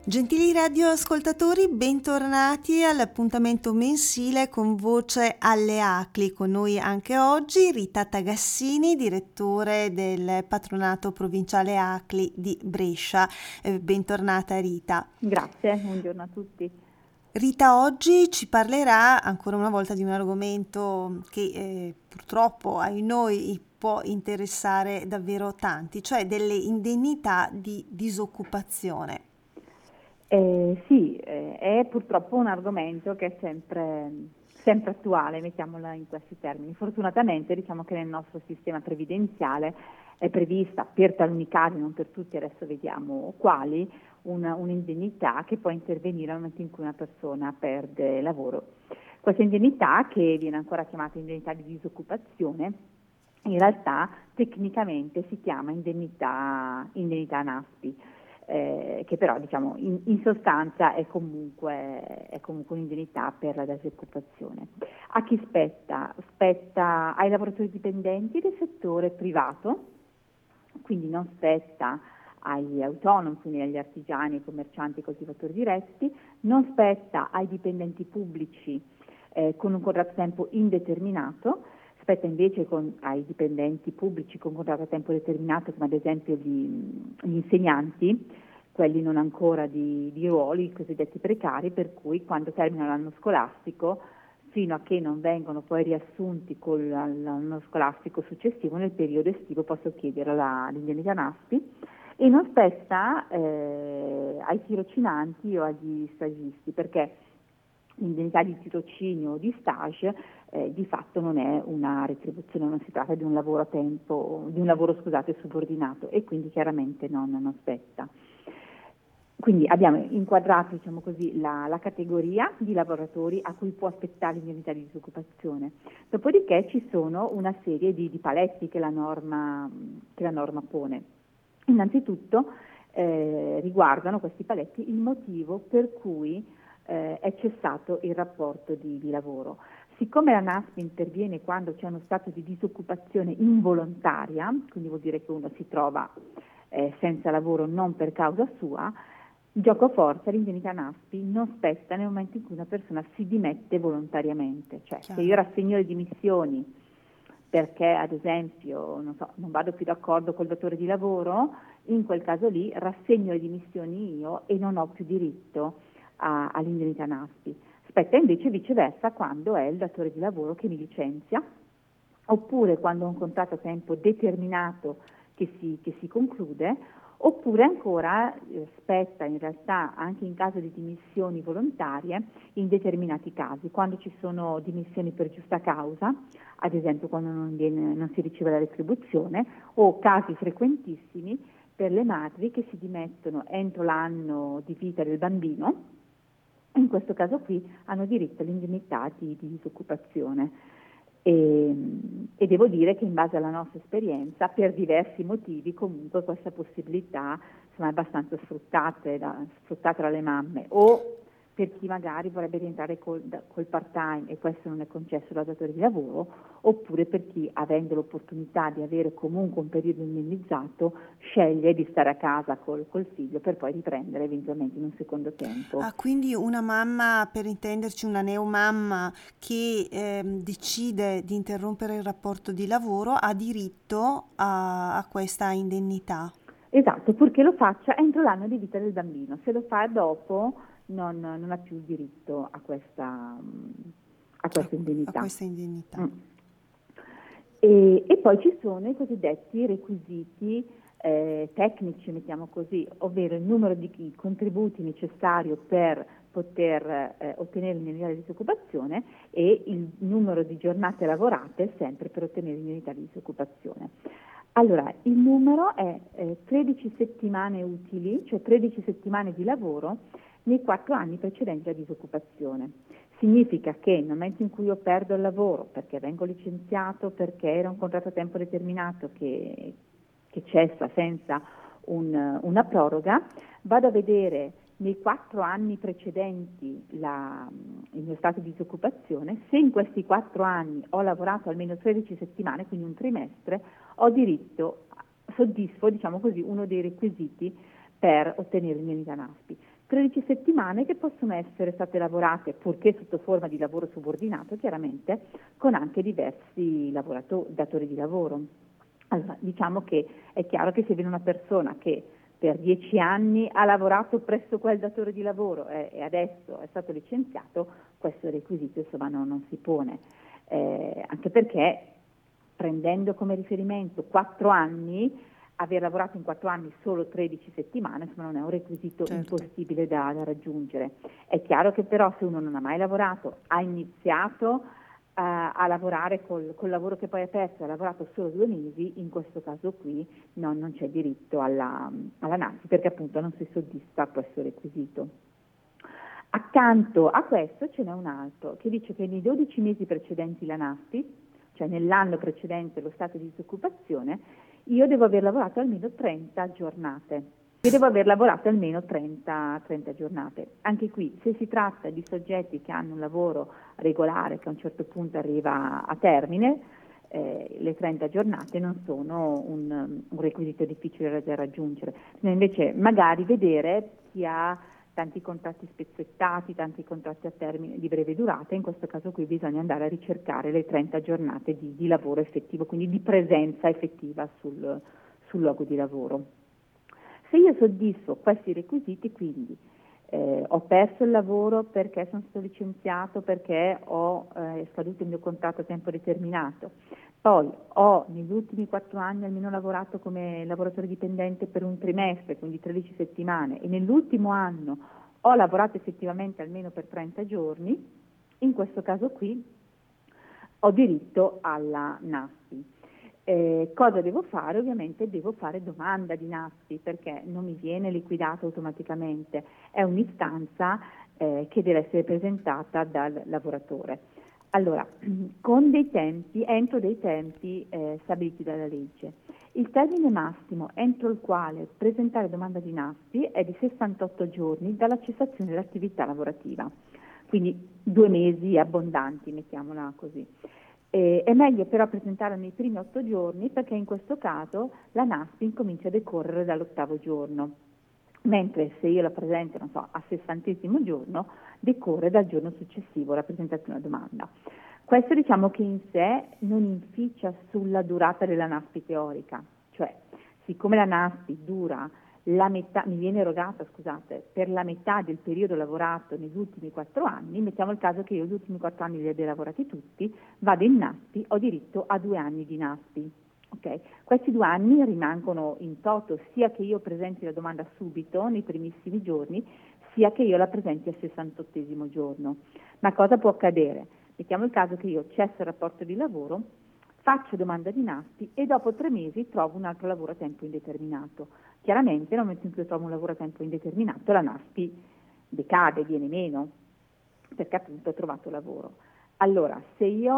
Gentili radioascoltatori, bentornati all'appuntamento mensile con Voce alle ACLI. Con noi anche oggi Rita Tagassini, direttore del patronato provinciale ACLI di Brescia. Bentornata Rita. Grazie, buongiorno a tutti. Rita oggi ci parlerà ancora una volta di un argomento che purtroppo ai noi può interessare davvero tanti, cioè delle indennità di disoccupazione. Sì, è purtroppo un argomento che è sempre attuale, mettiamola in questi termini. Fortunatamente diciamo che nel nostro sistema previdenziale è prevista per taluni casi, non per tutti, adesso vediamo quali, un'indennità che può intervenire nel momento in cui una persona perde lavoro. Questa indennità, che viene ancora chiamata indennità di disoccupazione, in realtà tecnicamente si chiama indennità NASPI. Che però diciamo in sostanza è comunque un'indennità per la disoccupazione. A chi spetta? Spetta ai lavoratori dipendenti del settore privato, quindi non spetta agli autonomi, quindi agli artigiani, ai commercianti, ai coltivatori diretti, non spetta ai dipendenti pubblici con un contratto a tempo indeterminato. Spetta invece ai dipendenti pubblici con contratto a tempo determinato, come ad esempio gli insegnanti, quelli non ancora di ruoli, i cosiddetti precari, per cui quando termina l'anno scolastico, fino a che non vengono poi riassunti con l'anno scolastico successivo, nel periodo estivo possono chiedere l'indennità NASPI, e non spetta ai tirocinanti o agli stagisti, perché l'indennità di tirocinio o di stage di fatto non è una retribuzione, non si tratta di un lavoro a tempo, subordinato, e quindi chiaramente non spetta. Quindi abbiamo inquadrato, diciamo così, la categoria di lavoratori a cui può aspettare l'indennità di disoccupazione. Dopodiché ci sono una serie di paletti che la norma pone. Innanzitutto riguardano questi paletti il motivo per cui è cessato il rapporto di lavoro. Siccome la NASPI interviene quando c'è uno stato di disoccupazione involontaria, quindi vuol dire che uno si trova senza lavoro non per causa sua, gioco forza, l'indennità NASPI non spetta nel momento in cui una persona si dimette volontariamente, cioè se io rassegno le dimissioni perché ad esempio non vado più d'accordo col datore di lavoro, in quel caso lì rassegno le dimissioni io e non ho più diritto all'indennità NASPI. Spetta invece viceversa quando è il datore di lavoro che mi licenzia, oppure quando ho un contratto a tempo determinato che si conclude, oppure ancora spetta in realtà anche in caso di dimissioni volontarie in determinati casi, quando ci sono dimissioni per giusta causa, ad esempio quando non si riceve la retribuzione, o casi frequentissimi per le madri che si dimettono entro l'anno di vita del bambino. In questo caso qui hanno diritto all'indennità di disoccupazione. E devo dire che in base alla nostra esperienza, per diversi motivi, comunque questa possibilità è abbastanza sfruttata dalle mamme, o per chi magari vorrebbe rientrare col part-time e questo non è concesso dal datore di lavoro, oppure per chi, avendo l'opportunità di avere comunque un periodo indennizzato, sceglie di stare a casa col figlio per poi riprendere eventualmente in un secondo tempo. Ah, quindi una mamma, per intenderci una neomamma, che decide di interrompere il rapporto di lavoro ha diritto a questa indennità. Esatto, purché lo faccia entro l'anno di vita del bambino. Se lo fa dopo non ha più il diritto a questa indennità. A questa indennità. E poi ci sono i cosiddetti requisiti tecnici, mettiamo così, ovvero il numero di contributi necessario per poter ottenere l'indennità di disoccupazione e il numero di giornate lavorate sempre per ottenere l'indennità di disoccupazione. Allora, il numero è 13 settimane utili, cioè 13 settimane di lavoro nei 4 anni precedenti la disoccupazione. Significa che nel momento in cui io perdo il lavoro perché vengo licenziato, perché era un contratto a tempo determinato che cessa senza una proroga, vado a vedere nei 4 anni precedenti il mio stato di disoccupazione. Se in questi 4 anni ho lavorato almeno 13 settimane, quindi un trimestre, ho diritto, soddisfo, diciamo così, uno dei requisiti per ottenere l'indennità NASPI. 13 settimane che possono essere state lavorate, purché sotto forma di lavoro subordinato, chiaramente, con anche diversi datori di lavoro. Allora, diciamo che è chiaro che se viene una persona che per 10 anni ha lavorato presso quel datore di lavoro e adesso è stato licenziato, questo requisito insomma non si pone, anche perché prendendo come riferimento 4 anni, aver lavorato in 4 anni solo 13 settimane, insomma non è un requisito impossibile da raggiungere. È chiaro che però se uno non ha mai lavorato, ha iniziato a lavorare col lavoro che poi ha perso, ha lavorato solo 2 mesi, in questo caso qui non c'è diritto alla NASPI perché appunto non si soddisfa questo requisito. Accanto a questo ce n'è un altro che dice che nei 12 mesi precedenti la NASPI, cioè nell'anno precedente lo stato di disoccupazione, io devo aver lavorato almeno 30 giornate. Io devo aver lavorato almeno 30 giornate. Anche qui, se si tratta di soggetti che hanno un lavoro regolare che a un certo punto arriva a termine, le 30 giornate non sono un requisito difficile da raggiungere. Invece magari vedere chi ha tanti contratti spezzettati, tanti contratti a termine di breve durata, in questo caso qui bisogna andare a ricercare le 30 giornate di lavoro effettivo, quindi di presenza effettiva sul luogo di lavoro. Se io soddisfo questi requisiti, quindi ho perso il lavoro perché sono stato licenziato, perché è scaduto il mio contratto a tempo determinato, poi ho negli ultimi 4 anni almeno lavorato come lavoratore dipendente per un trimestre, quindi 13 settimane, e nell'ultimo anno ho lavorato effettivamente almeno per 30 giorni, in questo caso qui ho diritto alla NASPI. Cosa devo fare? Ovviamente devo fare domanda di NASPI perché non mi viene liquidato automaticamente, è un'istanza che deve essere presentata dal lavoratore. Allora, con dei tempi, entro dei tempi stabiliti dalla legge. Il termine massimo entro il quale presentare domanda di NASPI è di 68 giorni dalla cessazione dell'attività lavorativa, quindi 2 mesi abbondanti, mettiamola così. È meglio però presentarla nei primi 8 giorni perché in questo caso la NASPI incomincia a decorrere dall'8° giorno, mentre se io la presento, non so, al 60° giorno, decorre dal giorno successivo alla presentazione della domanda. Questo diciamo che in sé non inficia sulla durata della NASPI teorica, cioè siccome la NASPI dura la metà, mi viene erogata, scusate, per la metà del periodo lavorato negli ultimi 4 anni, mettiamo il caso che io gli ultimi 4 anni li abbia lavorati tutti, vado in NASPI, ho diritto a 2 anni di NASPI. Okay. Questi 2 anni rimangono in toto sia che io presenti la domanda subito, nei primissimi giorni, sia che io la presenti al 68° giorno. Ma cosa può accadere? Mettiamo il caso che io cesso il rapporto di lavoro, faccio domanda di NASPI e dopo 3 mesi trovo un altro lavoro a tempo indeterminato. Chiaramente nel momento in cui trovo un lavoro a tempo indeterminato la NASPI decade, viene meno, perché appunto ho trovato lavoro. Allora, se io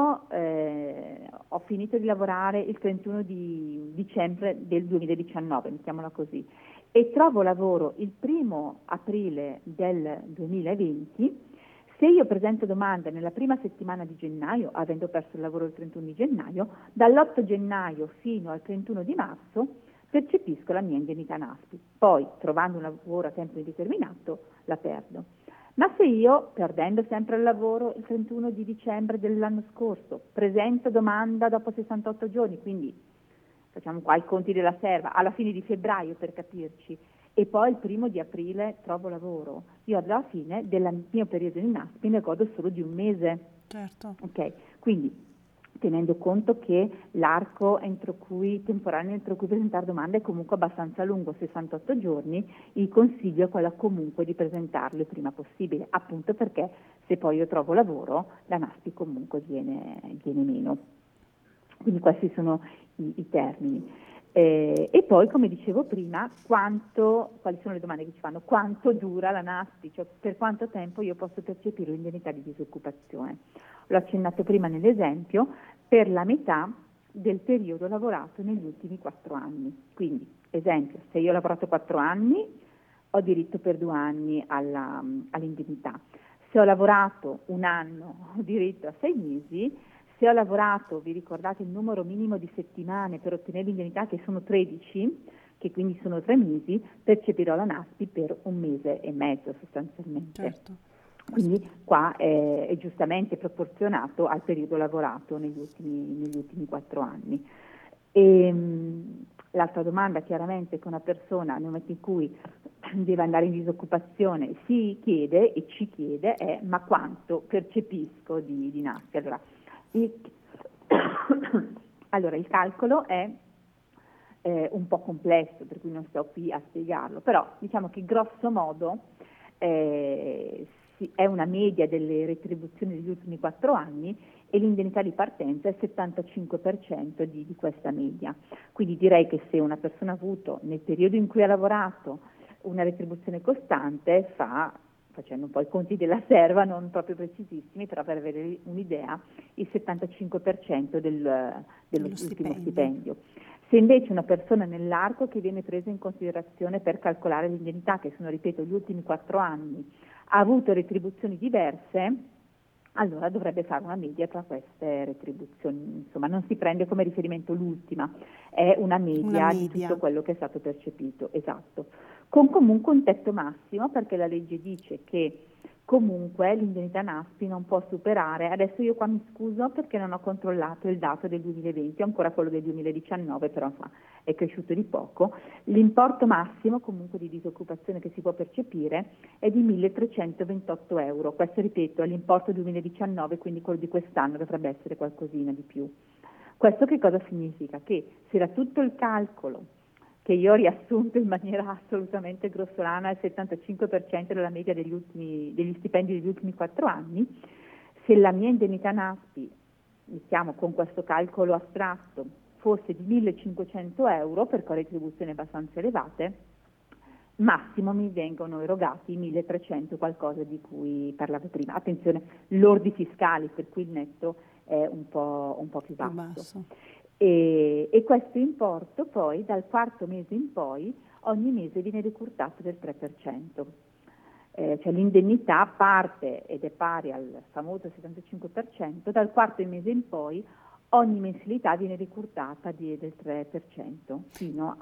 ho finito di lavorare il 31 di dicembre del 2019, mettiamola così, e trovo lavoro il 1° aprile del 2020, se io presento domanda nella prima settimana di gennaio, avendo perso il lavoro il 31 di gennaio, dall'8 gennaio fino al 31 di marzo percepisco la mia indennità NASPI. Poi, trovando un lavoro a tempo indeterminato, la perdo. Ma se io, perdendo sempre il lavoro il 31 di dicembre dell'anno scorso, presento domanda dopo 68 giorni, quindi facciamo qua i conti della serva, alla fine di febbraio per capirci, e poi il 1° di aprile trovo lavoro, io alla fine del mio periodo di NASPI ne godo solo di 1 mese. Certo. Ok, quindi tenendo conto che l'arco temporale entro cui presentare domanda è comunque abbastanza lungo, 68 giorni, il consiglio è quello comunque di presentarlo il prima possibile, appunto perché se poi io trovo lavoro la NASPI comunque viene meno. Quindi questi sono i termini. E poi, come dicevo prima, quali sono le domande che ci fanno? Quanto dura la NASPI? Cioè per quanto tempo io posso percepire l'indennità di disoccupazione? L'ho accennato prima nell'esempio, per la metà del periodo lavorato negli ultimi 4 anni. Quindi, esempio, se io ho lavorato 4 anni, ho diritto per 2 anni all'indennità. Se ho lavorato 1 anno, ho diritto a 6 mesi. Se ho lavorato, vi ricordate il numero minimo di settimane per ottenere l'indennità, che sono 13, che quindi sono 3 mesi, percepirò la NASPI per 1 mese e mezzo sostanzialmente. Certo. Quindi qua è giustamente proporzionato al periodo lavorato negli ultimi 4 anni. L'altra domanda chiaramente che una persona nel momento in cui deve andare in disoccupazione si chiede e ci chiede è: ma quanto percepisco di NASPI? Allora, il calcolo è un po' complesso, per cui non sto qui a spiegarlo, però diciamo che grosso modo è una media delle retribuzioni degli ultimi 4 anni e l'indennità di partenza è il 75% di questa media. Quindi direi che se una persona ha avuto nel periodo in cui ha lavorato una retribuzione costante, facendo un po' i conti della serva, non proprio precisissimi, però per avere un'idea, il 75% dell'ultimo stipendio. Se invece una persona nell'arco che viene presa in considerazione per calcolare l'indennità, che sono, ripeto, gli ultimi 4 anni, ha avuto retribuzioni diverse, allora dovrebbe fare una media tra queste retribuzioni. Insomma, non si prende come riferimento l'ultima, è una media di tutto quello che è stato percepito, esatto. Con comunque un tetto massimo, perché la legge dice che comunque l'indennità NASPI non può superare, adesso io qua mi scuso perché non ho controllato il dato del 2020, ho ancora quello del 2019, però è cresciuto di poco, l'importo massimo comunque di disoccupazione che si può percepire è di 1.328 euro, questo ripeto è l'importo 2019, quindi quello di quest'anno dovrebbe essere qualcosina di più. Questo che cosa significa? Che se da tutto il calcolo che io ho riassunto in maniera assolutamente grossolana al 75% della media degli stipendi degli ultimi 4 anni, se la mia indennità NASPI, mettiamo con questo calcolo astratto, fosse di 1.500 euro, perché ho retribuzioni abbastanza elevate, massimo mi vengono erogati 1.300, qualcosa di cui parlavo prima. Attenzione, lordi fiscali, per cui il netto è un po' più basso. E questo importo poi dal 4º mese in poi ogni mese viene decurtato del 3%, cioè l'indennità parte ed è pari al famoso 75%, dal 4º mese in poi ogni mensilità viene decurtata del 3% fino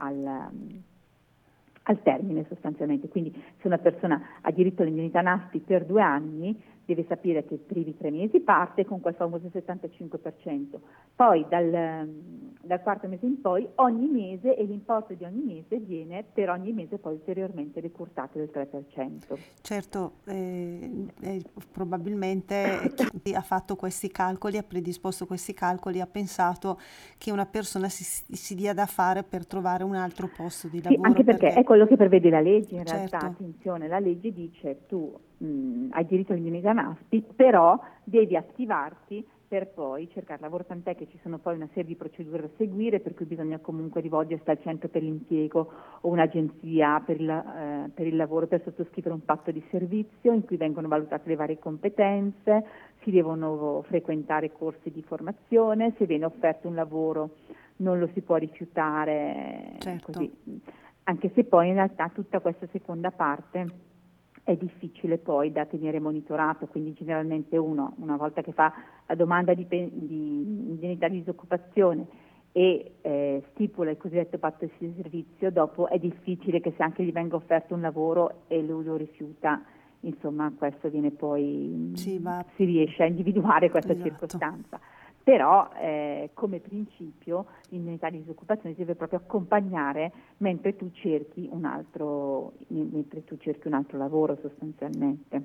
al termine sostanzialmente. Quindi se una persona ha diritto all'indennità NASPI per 2 anni deve sapere che i primi 3 mesi parte con quel famoso 75%, poi dal 4º mese in poi ogni mese e l'importo di ogni mese viene per ogni mese poi ulteriormente decurtato del 3%. Certo, probabilmente chi ha fatto questi calcoli, ha predisposto questi calcoli, ha pensato che una persona si dia da fare per trovare un altro posto di lavoro. Sì, anche perché è quello che prevede la legge in realtà, certo. Attenzione, la legge dice tu hai diritto all'indennità NASPI, però devi attivarti per poi cercare lavoro, tant'è che ci sono poi una serie di procedure da seguire, per cui bisogna comunque rivolgersi al centro per l'impiego o un'agenzia per il lavoro per sottoscrivere un patto di servizio in cui vengono valutate le varie competenze, si devono frequentare corsi di formazione, se viene offerto un lavoro non lo si può rifiutare, certo. Così, anche se poi in realtà tutta questa seconda parte è difficile poi da tenere monitorato, quindi generalmente uno, una volta che fa la domanda di indennità di disoccupazione e stipula il cosiddetto patto di servizio, dopo è difficile che se anche gli venga offerto un lavoro e lui lo rifiuta, insomma questo viene poi, si riesce a individuare questa circostanza. Però come principio l'indennità di disoccupazione si deve proprio accompagnare mentre tu cerchi un altro lavoro sostanzialmente.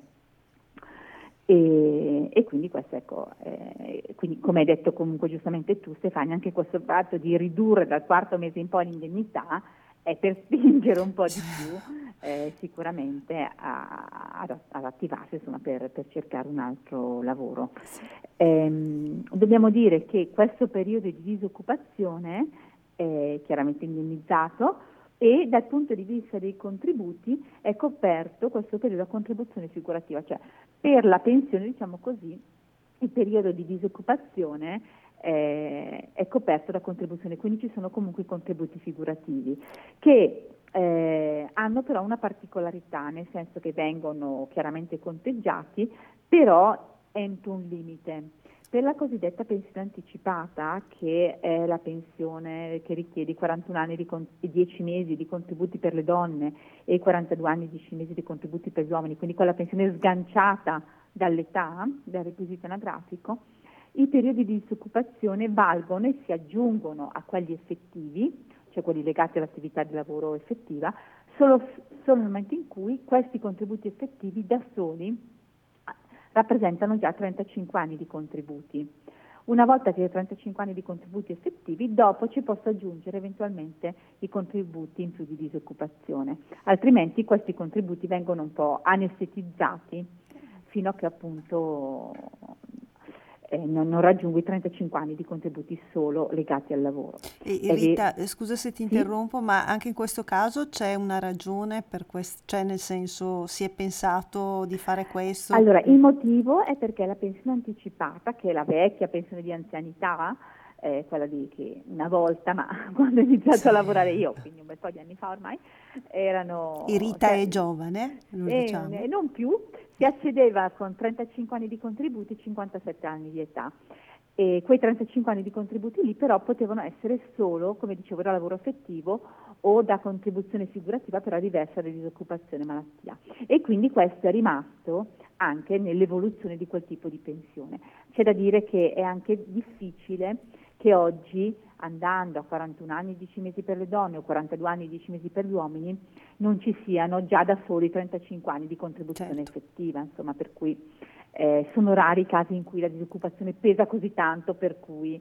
E quindi questo, ecco, quindi come hai detto comunque giustamente tu Stefania, anche questo fatto di ridurre dal 4º mese in poi l'indennità è per spingere un po' di più sicuramente ad attivarsi, insomma, per cercare un altro lavoro. Dobbiamo dire che questo periodo di disoccupazione è chiaramente indennizzato e dal punto di vista dei contributi è coperto questo periodo a contribuzione figurativa, cioè per la pensione, diciamo così, il periodo di disoccupazione è coperto da contribuzione, quindi ci sono comunque i contributi figurativi che hanno però una particolarità, nel senso che vengono chiaramente conteggiati, però entro un limite, per la cosiddetta pensione anticipata, che è la pensione che richiede i 41 anni e 10 mesi di contributi per le donne e i 42 anni e 10 mesi di contributi per gli uomini, quindi quella pensione sganciata dall'età, dal requisito anagrafico, i periodi di disoccupazione valgono e si aggiungono a quelli effettivi, cioè quelli legati all'attività di lavoro effettiva, solo nel momento in cui questi contributi effettivi da soli rappresentano già 35 anni di contributi. Una volta che ho 35 anni di contributi effettivi, dopo ci posso aggiungere eventualmente i contributi in più di disoccupazione, altrimenti questi contributi vengono un po' anestetizzati fino a che appunto non raggiungo i 35 anni di contributi solo legati al lavoro. E Rita, scusa se ti Sì? interrompo, ma anche in questo caso c'è una ragione per questo, cioè nel senso si è pensato di fare questo? Allora, il motivo è perché la pensione anticipata, che è la vecchia pensione di anzianità, quella che una volta, ma quando ho iniziato a lavorare io, quindi un bel po' di anni fa ormai, erano... E Rita è giovane, lo diciamo. E non più, si accedeva con 35 anni di contributi e 57 anni di età. E quei 35 anni di contributi lì però potevano essere solo, come dicevo, da lavoro effettivo o da contribuzione figurativa però diversa da disoccupazione e malattia. E quindi questo è rimasto anche nell'evoluzione di quel tipo di pensione. C'è da dire che è anche difficile che oggi, andando a 41 anni e 10 mesi per le donne o 42 anni e 10 mesi per gli uomini, non ci siano già da soli 35 anni di contribuzione effettiva, insomma, per cui sono rari i casi in cui la disoccupazione pesa così tanto per cui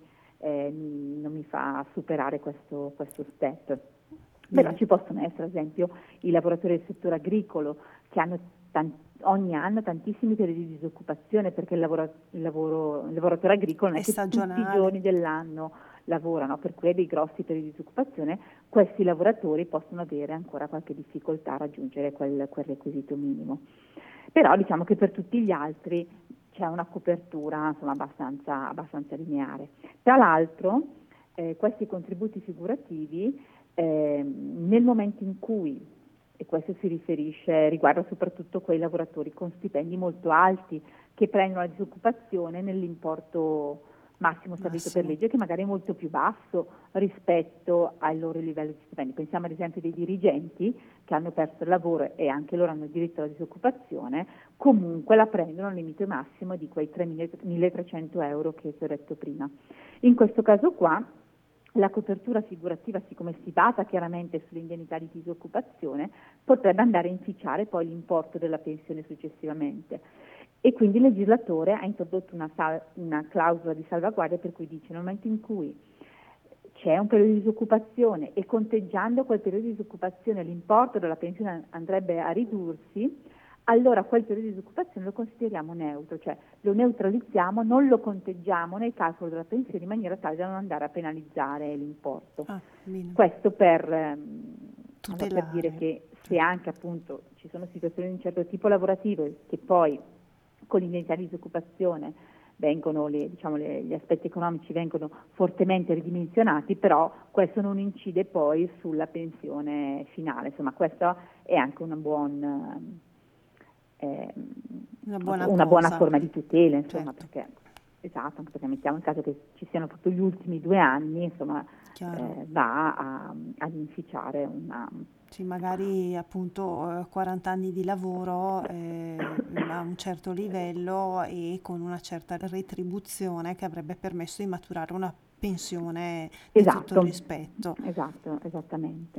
non mi fa superare questo step. Però ci possono essere, ad esempio, i lavoratori del settore agricolo che hanno ogni anno tantissimi periodi di disoccupazione, perché il lavoratore agricolo non è che tutti i giorni dell'anno lavorano, per cui ha dei grossi periodi di disoccupazione. Questi lavoratori possono avere ancora qualche difficoltà a raggiungere quel requisito minimo. Però diciamo che per tutti gli altri c'è una copertura insomma, abbastanza lineare. Tra l'altro questi contributi figurativi nel momento in cui, e questo riguarda soprattutto quei lavoratori con stipendi molto alti che prendono la disoccupazione nell'importo massimo stabilito per legge, che magari è molto più basso rispetto ai loro livelli di stipendi. Pensiamo ad esempio dei dirigenti che hanno perso il lavoro e anche loro hanno diritto alla disoccupazione, comunque la prendono al limite massimo di quei 3.300 euro che ti ho detto prima. In questo caso qua la copertura figurativa, siccome si basa chiaramente sull'indennità di disoccupazione, potrebbe andare a inficiare poi l'importo della pensione successivamente. E quindi il legislatore ha introdotto una clausola di salvaguardia per cui dice nel momento in cui c'è un periodo di disoccupazione e conteggiando quel periodo di disoccupazione l'importo della pensione andrebbe a ridursi, allora quel periodo di disoccupazione lo consideriamo neutro, cioè lo neutralizziamo, non lo conteggiamo nel calcolo della pensione in maniera tale da non andare a penalizzare l'importo. Questo per dire che se anche appunto ci sono situazioni di un certo tipo lavorativo che poi con l'indennità di disoccupazione vengono gli aspetti economici vengono fortemente ridimensionati, però questo non incide poi sulla pensione finale. Insomma, questa è anche una buona forma di tutela, insomma, perché esatto, anche perché mettiamo in caso che ci siano proprio gli ultimi 2 anni, insomma, va ad inficiare una... Sì, magari appunto 40 anni di lavoro a un certo livello e con una certa retribuzione che avrebbe permesso di maturare una pensione di tutto il rispetto. Esatto, esattamente.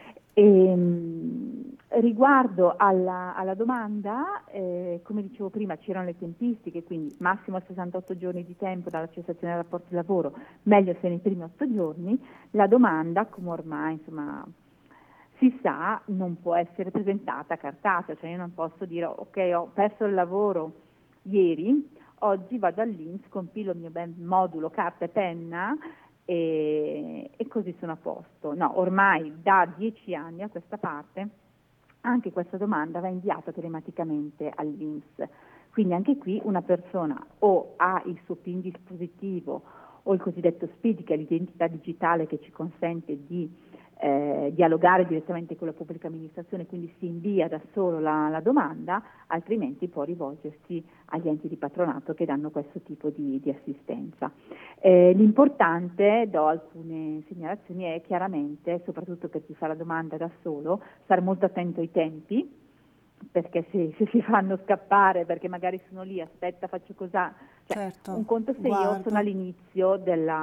Riguardo alla domanda, come dicevo prima, c'erano le tempistiche, quindi massimo 68 giorni di tempo dalla cessazione del rapporto di lavoro, meglio se nei primi 8 giorni. La domanda, come ormai insomma si sa, non può essere presentata cartacea, cioè io non posso dire ok, ho perso il lavoro ieri, oggi vado all'INPS, compilo il mio modulo carta e penna e così sono a posto. No, ormai da 10 anni a questa parte anche questa domanda va inviata telematicamente all'INPS. Quindi anche qui una persona o ha il suo PIN dispositivo o il cosiddetto SPID, che è l'identità digitale che ci consente di dialogare direttamente con la pubblica amministrazione, quindi si invia da solo la domanda, altrimenti può rivolgersi agli enti di patronato che danno questo tipo di assistenza. L'importante, do alcune segnalazioni, è chiaramente, soprattutto per chi fa la domanda da solo, stare molto attento ai tempi, perché se si fanno scappare, perché magari sono lì, aspetta, faccio cos'ha, cioè, Certo, un conto se io sono all'inizio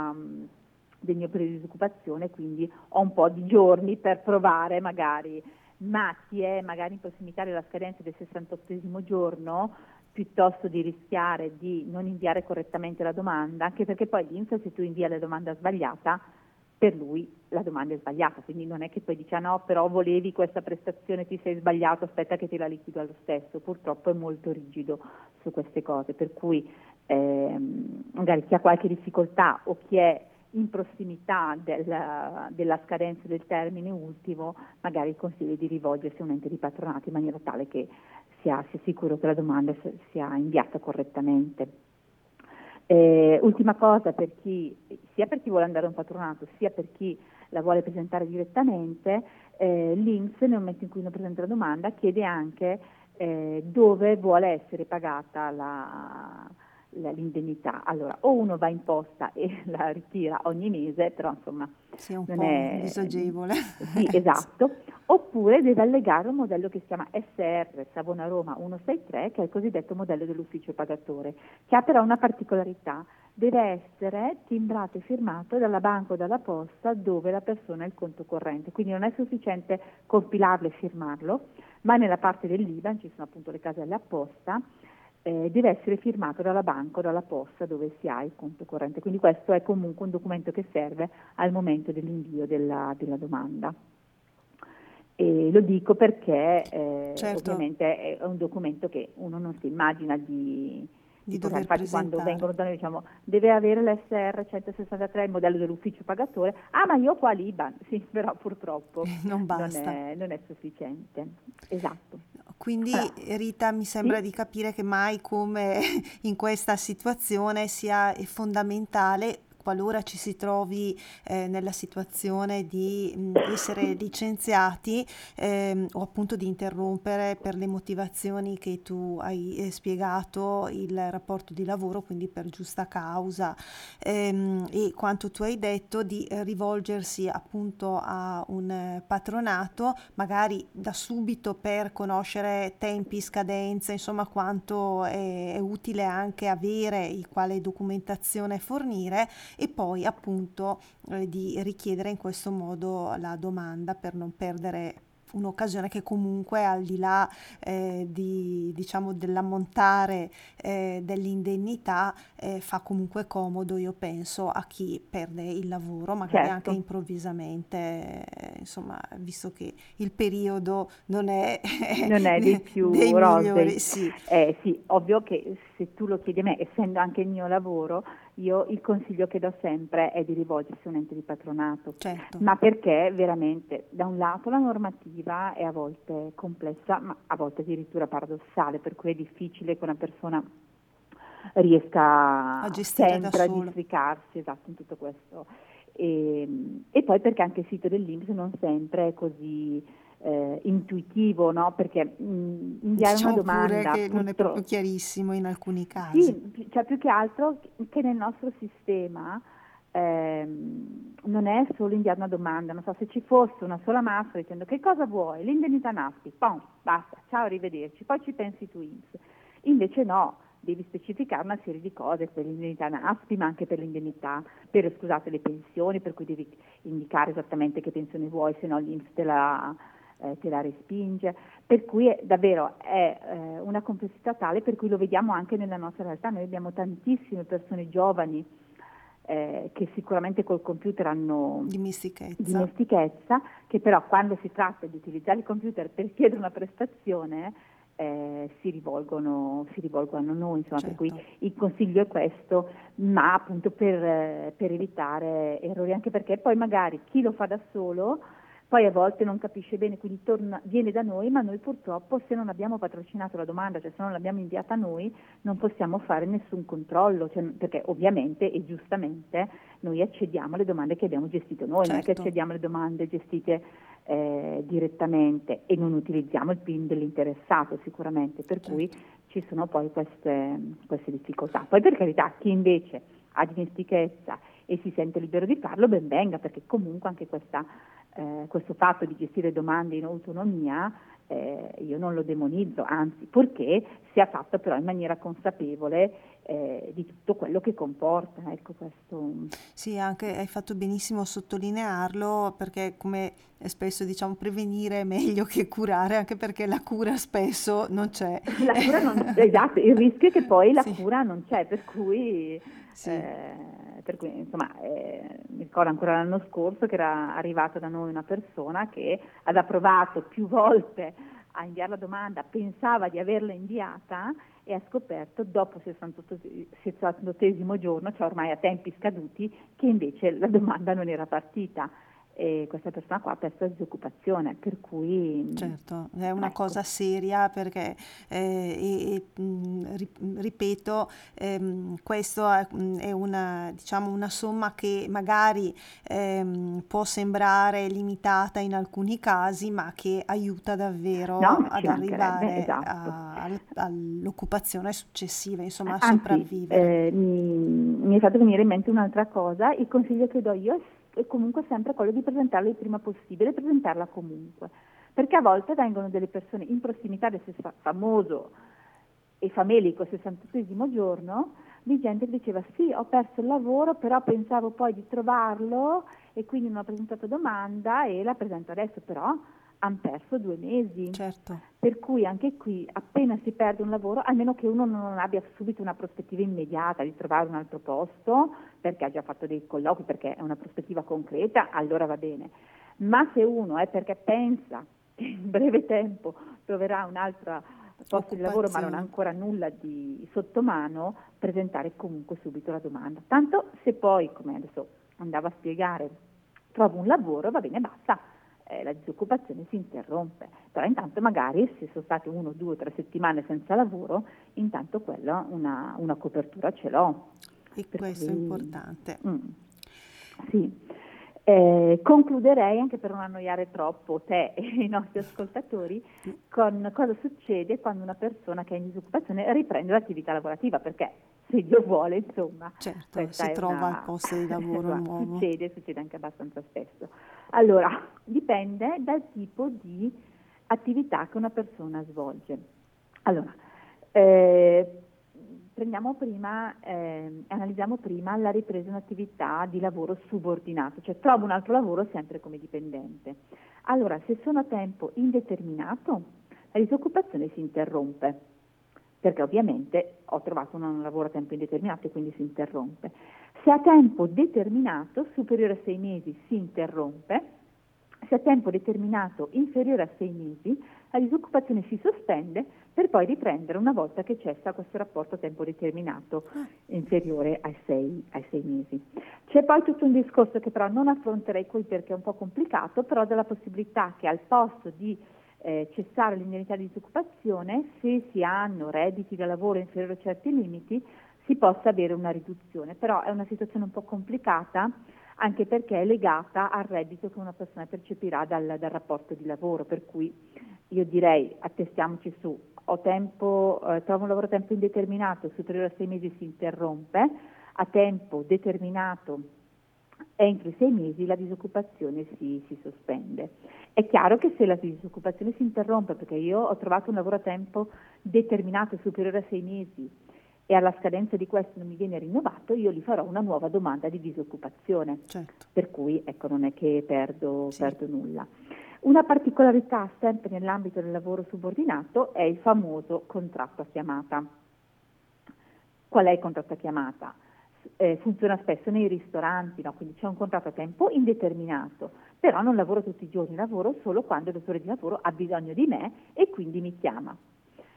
del mio periodo di disoccupazione, quindi ho un po' di giorni per provare magari, ma chi è magari in prossimità della scadenza del 68esimo giorno, piuttosto di rischiare di non inviare correttamente la domanda, anche perché poi l'INPS, se tu invia la domanda sbagliata, per lui la domanda è sbagliata, quindi non è che poi dice no, però volevi questa prestazione, ti sei sbagliato, aspetta che te la liquido lo stesso. Purtroppo è molto rigido su queste cose, per cui magari chi ha qualche difficoltà o chi è in prossimità della scadenza del termine ultimo, magari consiglio di rivolgersi a un ente di patronato in maniera tale che sia sicuro che la domanda sia inviata correttamente. Ultima cosa, sia per chi vuole andare a un patronato, sia per chi la vuole presentare direttamente, l'INPS nel momento in cui uno presenta la domanda chiede anche dove vuole essere pagata l'indennità. Allora, o uno va in posta e la ritira ogni mese, però insomma sì, è un non po' è... disagevole. Sì, esatto. Oppure deve allegare un modello che si chiama SR Savona Roma 163, che è il cosiddetto modello dell'ufficio pagatore, che ha però una particolarità: deve essere timbrato e firmato dalla banca o dalla posta dove la persona ha il conto corrente, quindi non è sufficiente compilarlo e firmarlo, ma nella parte dell'IBAN, ci sono appunto le caselle apposta, deve essere firmato dalla banca o dalla posta dove si ha il conto corrente, quindi questo è comunque un documento che serve al momento dell'invio della domanda. E lo dico perché Certo, ovviamente è un documento che uno non si immagina di portare. dover Infatti quando presentare. vengono da noi diciamo deve avere l'SR 163, il modello dell'ufficio pagatore, ma io ho qua l'IBAN, sì, però purtroppo Non non basta. è sufficiente. Esatto. Quindi Allora, Rita, mi sembra sì, di capire che mai come in questa situazione sia fondamentale, qualora ci si trovi nella situazione di essere licenziati o appunto di interrompere per le motivazioni che tu hai spiegato il rapporto di lavoro, quindi per giusta causa, e quanto tu hai detto di rivolgersi appunto a un patronato, magari da subito per conoscere tempi, scadenze, insomma quanto è utile anche avere e quale documentazione fornire, e poi appunto di richiedere in questo modo la domanda per non perdere un'occasione che comunque al di là diciamo dell'ammontare dell'indennità fa comunque comodo, io penso, a chi perde il lavoro, magari anche certo. improvvisamente, insomma, visto che il periodo non è Non è dei dei più rosei. migliori, sì, Sì, ovvio che se tu lo chiedi a me, essendo anche il mio lavoro, io il consiglio che do sempre è di rivolgersi a un ente di patronato, certo. ma perché veramente da un lato la normativa è a volte complessa, ma a volte addirittura paradossale, per cui è difficile che una persona A riesca gestire da sempre a solo. districarsi, esatto, in tutto questo. E poi perché anche il sito dell'INPS non sempre è così intuitivo, no? Perché inviare una Diciamo pure domanda che non è proprio purtroppo, chiarissimo in alcuni casi. sì, cioè più che altro che nel nostro sistema non è solo inviare una domanda, non so, se ci fosse una sola maschera dicendo che cosa vuoi, l'indennità NASPI, pom, basta, ciao, arrivederci, poi ci pensi tu INPS. Invece no, devi specificare una serie di cose per l'indennità NASPI, ma anche per l'indennità, scusate, le pensioni, per cui devi indicare esattamente che pensione vuoi, se no l'INPS te la respinge, per cui davvero è una complessità tale per cui lo vediamo anche nella nostra realtà. Noi abbiamo tantissime persone giovani che sicuramente col computer hanno Dimestichezza. dimestichezza, che però quando si tratta di utilizzare il computer per chiedere una prestazione si rivolgono a noi, insomma, per cui Certo. il consiglio è questo, ma appunto per evitare errori, anche perché poi magari chi lo fa da solo poi a volte non capisce bene, quindi viene da noi, ma noi purtroppo se non abbiamo patrocinato la domanda, cioè se non l'abbiamo inviata noi, non possiamo fare nessun controllo, cioè, perché ovviamente e giustamente noi accediamo alle domande che abbiamo gestito noi, non è che Certo. accediamo alle domande gestite direttamente e non utilizziamo il PIN dell'interessato sicuramente, per cui ci sono poi queste difficoltà. Poi per carità, chi invece ha dimestichezza e si sente libero di farlo, ben venga, perché comunque anche questo fatto di gestire domande in autonomia io non lo demonizzo, anzi, purché sia fatto però in maniera consapevole di tutto quello che comporta. Ecco, questo. Sì, anche hai fatto benissimo a sottolinearlo, perché come spesso diciamo prevenire è meglio che curare, anche perché la cura spesso non c'è. La cura esatto, il rischio è che poi la Sì, cura non c'è, sì, per cui insomma, mi ricordo ancora l'anno scorso che era arrivata da noi una persona che aveva provato più volte a inviare la domanda, pensava di averla inviata e ha scoperto dopo il 68esimo giorno, cioè ormai a tempi scaduti, che invece la domanda non era partita. E questa persona qua ha perso la disoccupazione, per cui certo, è una ecco. cosa seria perché, ripeto, questo è una, diciamo, una somma che magari può sembrare limitata in alcuni casi, ma che aiuta davvero No, ad ci mancherebbe, arrivare esatto. all'occupazione successiva, insomma, a Anzi, sopravvivere. mi è fatto venire in mente un'altra cosa, il consiglio che do io è comunque sempre quello di presentarla il prima possibile, presentarla comunque, perché a volte vengono delle persone in prossimità del famoso e famelico 68esimo giorno, di gente che diceva sì, ho perso il lavoro, però pensavo poi di trovarlo e quindi non ho presentato domanda e la presento adesso, però hanno perso 2 mesi. Certo, Per cui anche qui, appena si perde un lavoro, almeno che uno non abbia subito una prospettiva immediata di trovare un altro posto, perché ha già fatto dei colloqui, perché è una prospettiva concreta, allora va bene. Ma se uno è perché pensa che in breve tempo troverà un altro posto di lavoro, ma non ha occupazione. ancora nulla di sotto mano, presentare comunque subito la domanda. Tanto se poi, come adesso andavo a spiegare, trovo un lavoro, va bene, basta, la disoccupazione si interrompe. Però intanto magari se sono state 1, 2, 3 settimane senza lavoro, intanto quella una copertura ce l'ho. E Per questo è cui importante. sì. Concluderei, anche per non annoiare troppo te e i nostri ascoltatori, con cosa succede quando una persona che è in disoccupazione riprende l'attività lavorativa, perché se Dio vuole, insomma, Certo, questa si è trova il una. posto di lavoro Guarda, nuovo. succede anche abbastanza spesso. Allora, dipende dal tipo di attività che una persona svolge. Allora, analizziamo prima la ripresa di un'attività di lavoro subordinato, cioè trovo un altro lavoro sempre come dipendente. Allora, se sono a tempo indeterminato, la disoccupazione si interrompe, perché ovviamente ho trovato un lavoro a tempo indeterminato e quindi si interrompe. Se a tempo determinato, superiore a 6 mesi, si interrompe. Se a tempo determinato inferiore a 6 mesi, la disoccupazione si sospende per poi riprendere una volta che cessa questo rapporto a tempo determinato inferiore ai 6 mesi. C'è poi tutto un discorso che però non affronterei qui perché è un po' complicato, però della possibilità che al posto di cessare l'indennità di disoccupazione, se si hanno redditi da lavoro inferiori a certi limiti, si possa avere una riduzione, però è una situazione un po' complicata anche perché è legata al reddito che una persona percepirà dal rapporto di lavoro, per cui io direi attestiamoci su, trovo un lavoro a tempo indeterminato, superiore a 6 mesi si interrompe, a tempo determinato entro i 6 mesi la disoccupazione si sospende. È chiaro che se la disoccupazione si interrompe perché io ho trovato un lavoro a tempo determinato superiore a 6 mesi e alla scadenza di questo non mi viene rinnovato, io gli farò una nuova domanda di disoccupazione, Certo, per cui ecco, non è che perdo sì. nulla. Una particolarità sempre nell'ambito del lavoro subordinato è il famoso contratto a chiamata. Qual è il contratto a chiamata? Funziona spesso nei ristoranti, no? Quindi c'è un contratto a tempo indeterminato, però non lavoro tutti i giorni, lavoro solo quando il datore di lavoro ha bisogno di me e quindi mi chiama.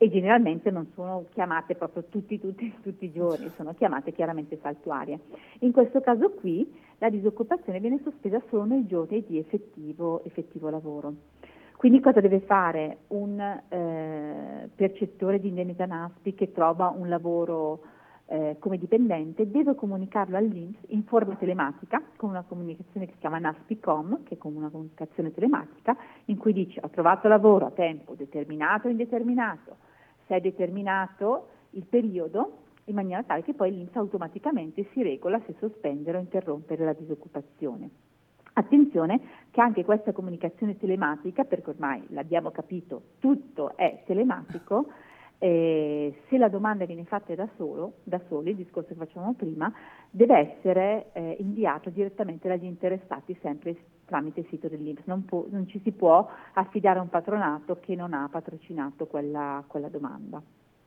e generalmente non sono chiamate proprio tutti i giorni, sono chiamate chiaramente saltuarie. In questo caso qui la disoccupazione viene sospesa solo nei giorni di effettivo lavoro. Quindi cosa deve fare un percettore di indennità NASPI che trova un lavoro come dipendente? Deve comunicarlo all'INPS in forma telematica con una comunicazione che si chiama NASPI.com, che è come una comunicazione telematica in cui dice: ho trovato lavoro a tempo determinato o indeterminato, se è determinato il periodo, in maniera tale che poi l'INPS automaticamente si regola se sospendere o interrompere la disoccupazione. Attenzione che anche questa comunicazione telematica, perché ormai l'abbiamo capito, tutto è telematico, se la domanda viene fatta da soli, il discorso che facevamo prima, deve essere inviato direttamente dagli interessati, sempre tramite il sito dell'INPS. Non ci si può affidare a un patronato che non ha patrocinato quella domanda.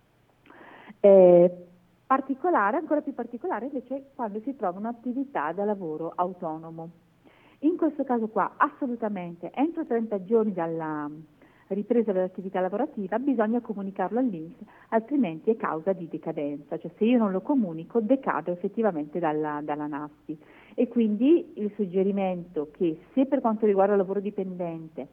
Ancora più particolare invece quando si trova un'attività da lavoro autonomo. In questo caso qua assolutamente entro 30 giorni dalla ripresa dell'attività lavorativa bisogna comunicarlo all'INPS, altrimenti è causa di decadenza, cioè se io non lo comunico decado effettivamente dalla NASPI. E quindi il suggerimento che se per quanto riguarda il lavoro dipendente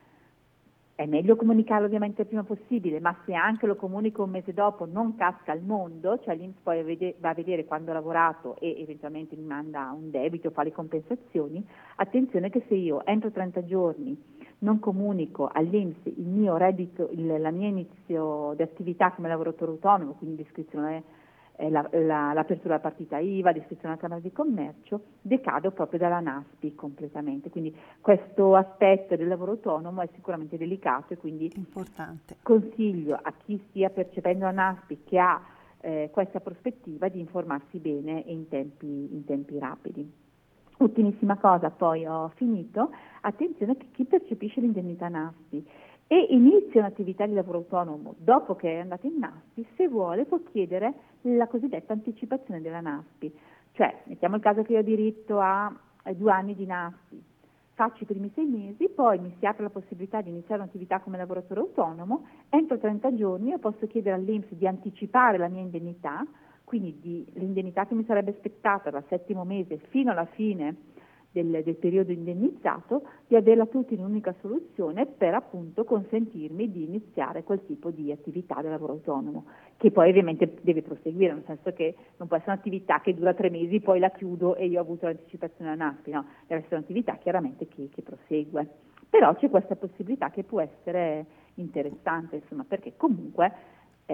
è meglio comunicarlo ovviamente il prima possibile, ma se anche lo comunico un mese dopo non casca al mondo, cioè l'INPS poi va a vedere quando ho lavorato e eventualmente mi manda un debito, fa le compensazioni, attenzione che se io entro 30 giorni non comunico all'INPS il mio reddito, la mia inizio di attività come lavoratore autonomo, quindi l'iscrizione l'apertura della partita IVA, l'iscrizione alla Camera di Commercio, decado proprio dalla NASPI completamente. Quindi questo aspetto del lavoro autonomo è sicuramente delicato e quindi Importante. consiglio a chi stia percependo la NASPI che ha questa prospettiva di informarsi bene e in tempi rapidi. Ultimissima cosa, poi ho finito, attenzione che chi percepisce l'indennità NASPI e inizia un'attività di lavoro autonomo dopo che è andato in NASPI, se vuole può chiedere la cosiddetta anticipazione della NASPI, cioè mettiamo il caso che io ho diritto a 2 anni di NASPI, faccio i primi 6 mesi, poi mi si apre la possibilità di iniziare un'attività come lavoratore autonomo, entro 30 giorni io posso chiedere all'INPS di anticipare la mia indennità, quindi l'indennità che mi sarebbe aspettata dal 7° mese fino alla fine del periodo indennizzato, di averla tutti in un'unica soluzione per appunto consentirmi di iniziare quel tipo di attività del lavoro autonomo, che poi ovviamente deve proseguire, nel senso che non può essere un'attività che dura 3 mesi, poi la chiudo e io ho avuto l'anticipazione alla NASPI, no, deve essere un'attività chiaramente che prosegue. Però c'è questa possibilità che può essere interessante, insomma, perché comunque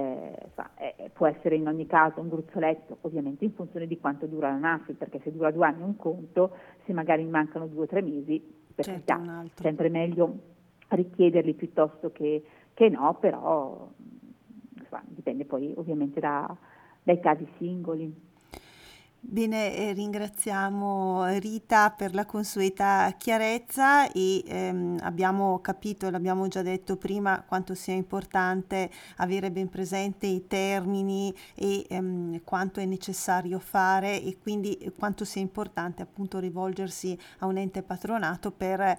può essere in ogni caso un gruzzoletto, ovviamente in funzione di quanto dura la NASPI, perché se dura 2 anni un conto, se magari mi mancano 2 o 3 mesi, per Certo, carità, un altro. sempre meglio richiederli piuttosto che no, però dipende poi ovviamente dai casi singoli. Bene, ringraziamo Rita per la consueta chiarezza e abbiamo capito, l'abbiamo già detto prima, quanto sia importante avere ben presente i termini e quanto è necessario fare e quindi quanto sia importante appunto rivolgersi a un ente patronato per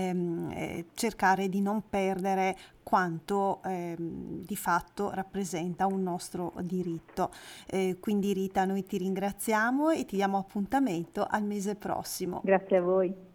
cercare di non perdere quanto di fatto rappresenta un nostro diritto. Quindi Rita, noi ti ringraziamo e ti diamo appuntamento al mese prossimo. Grazie a voi.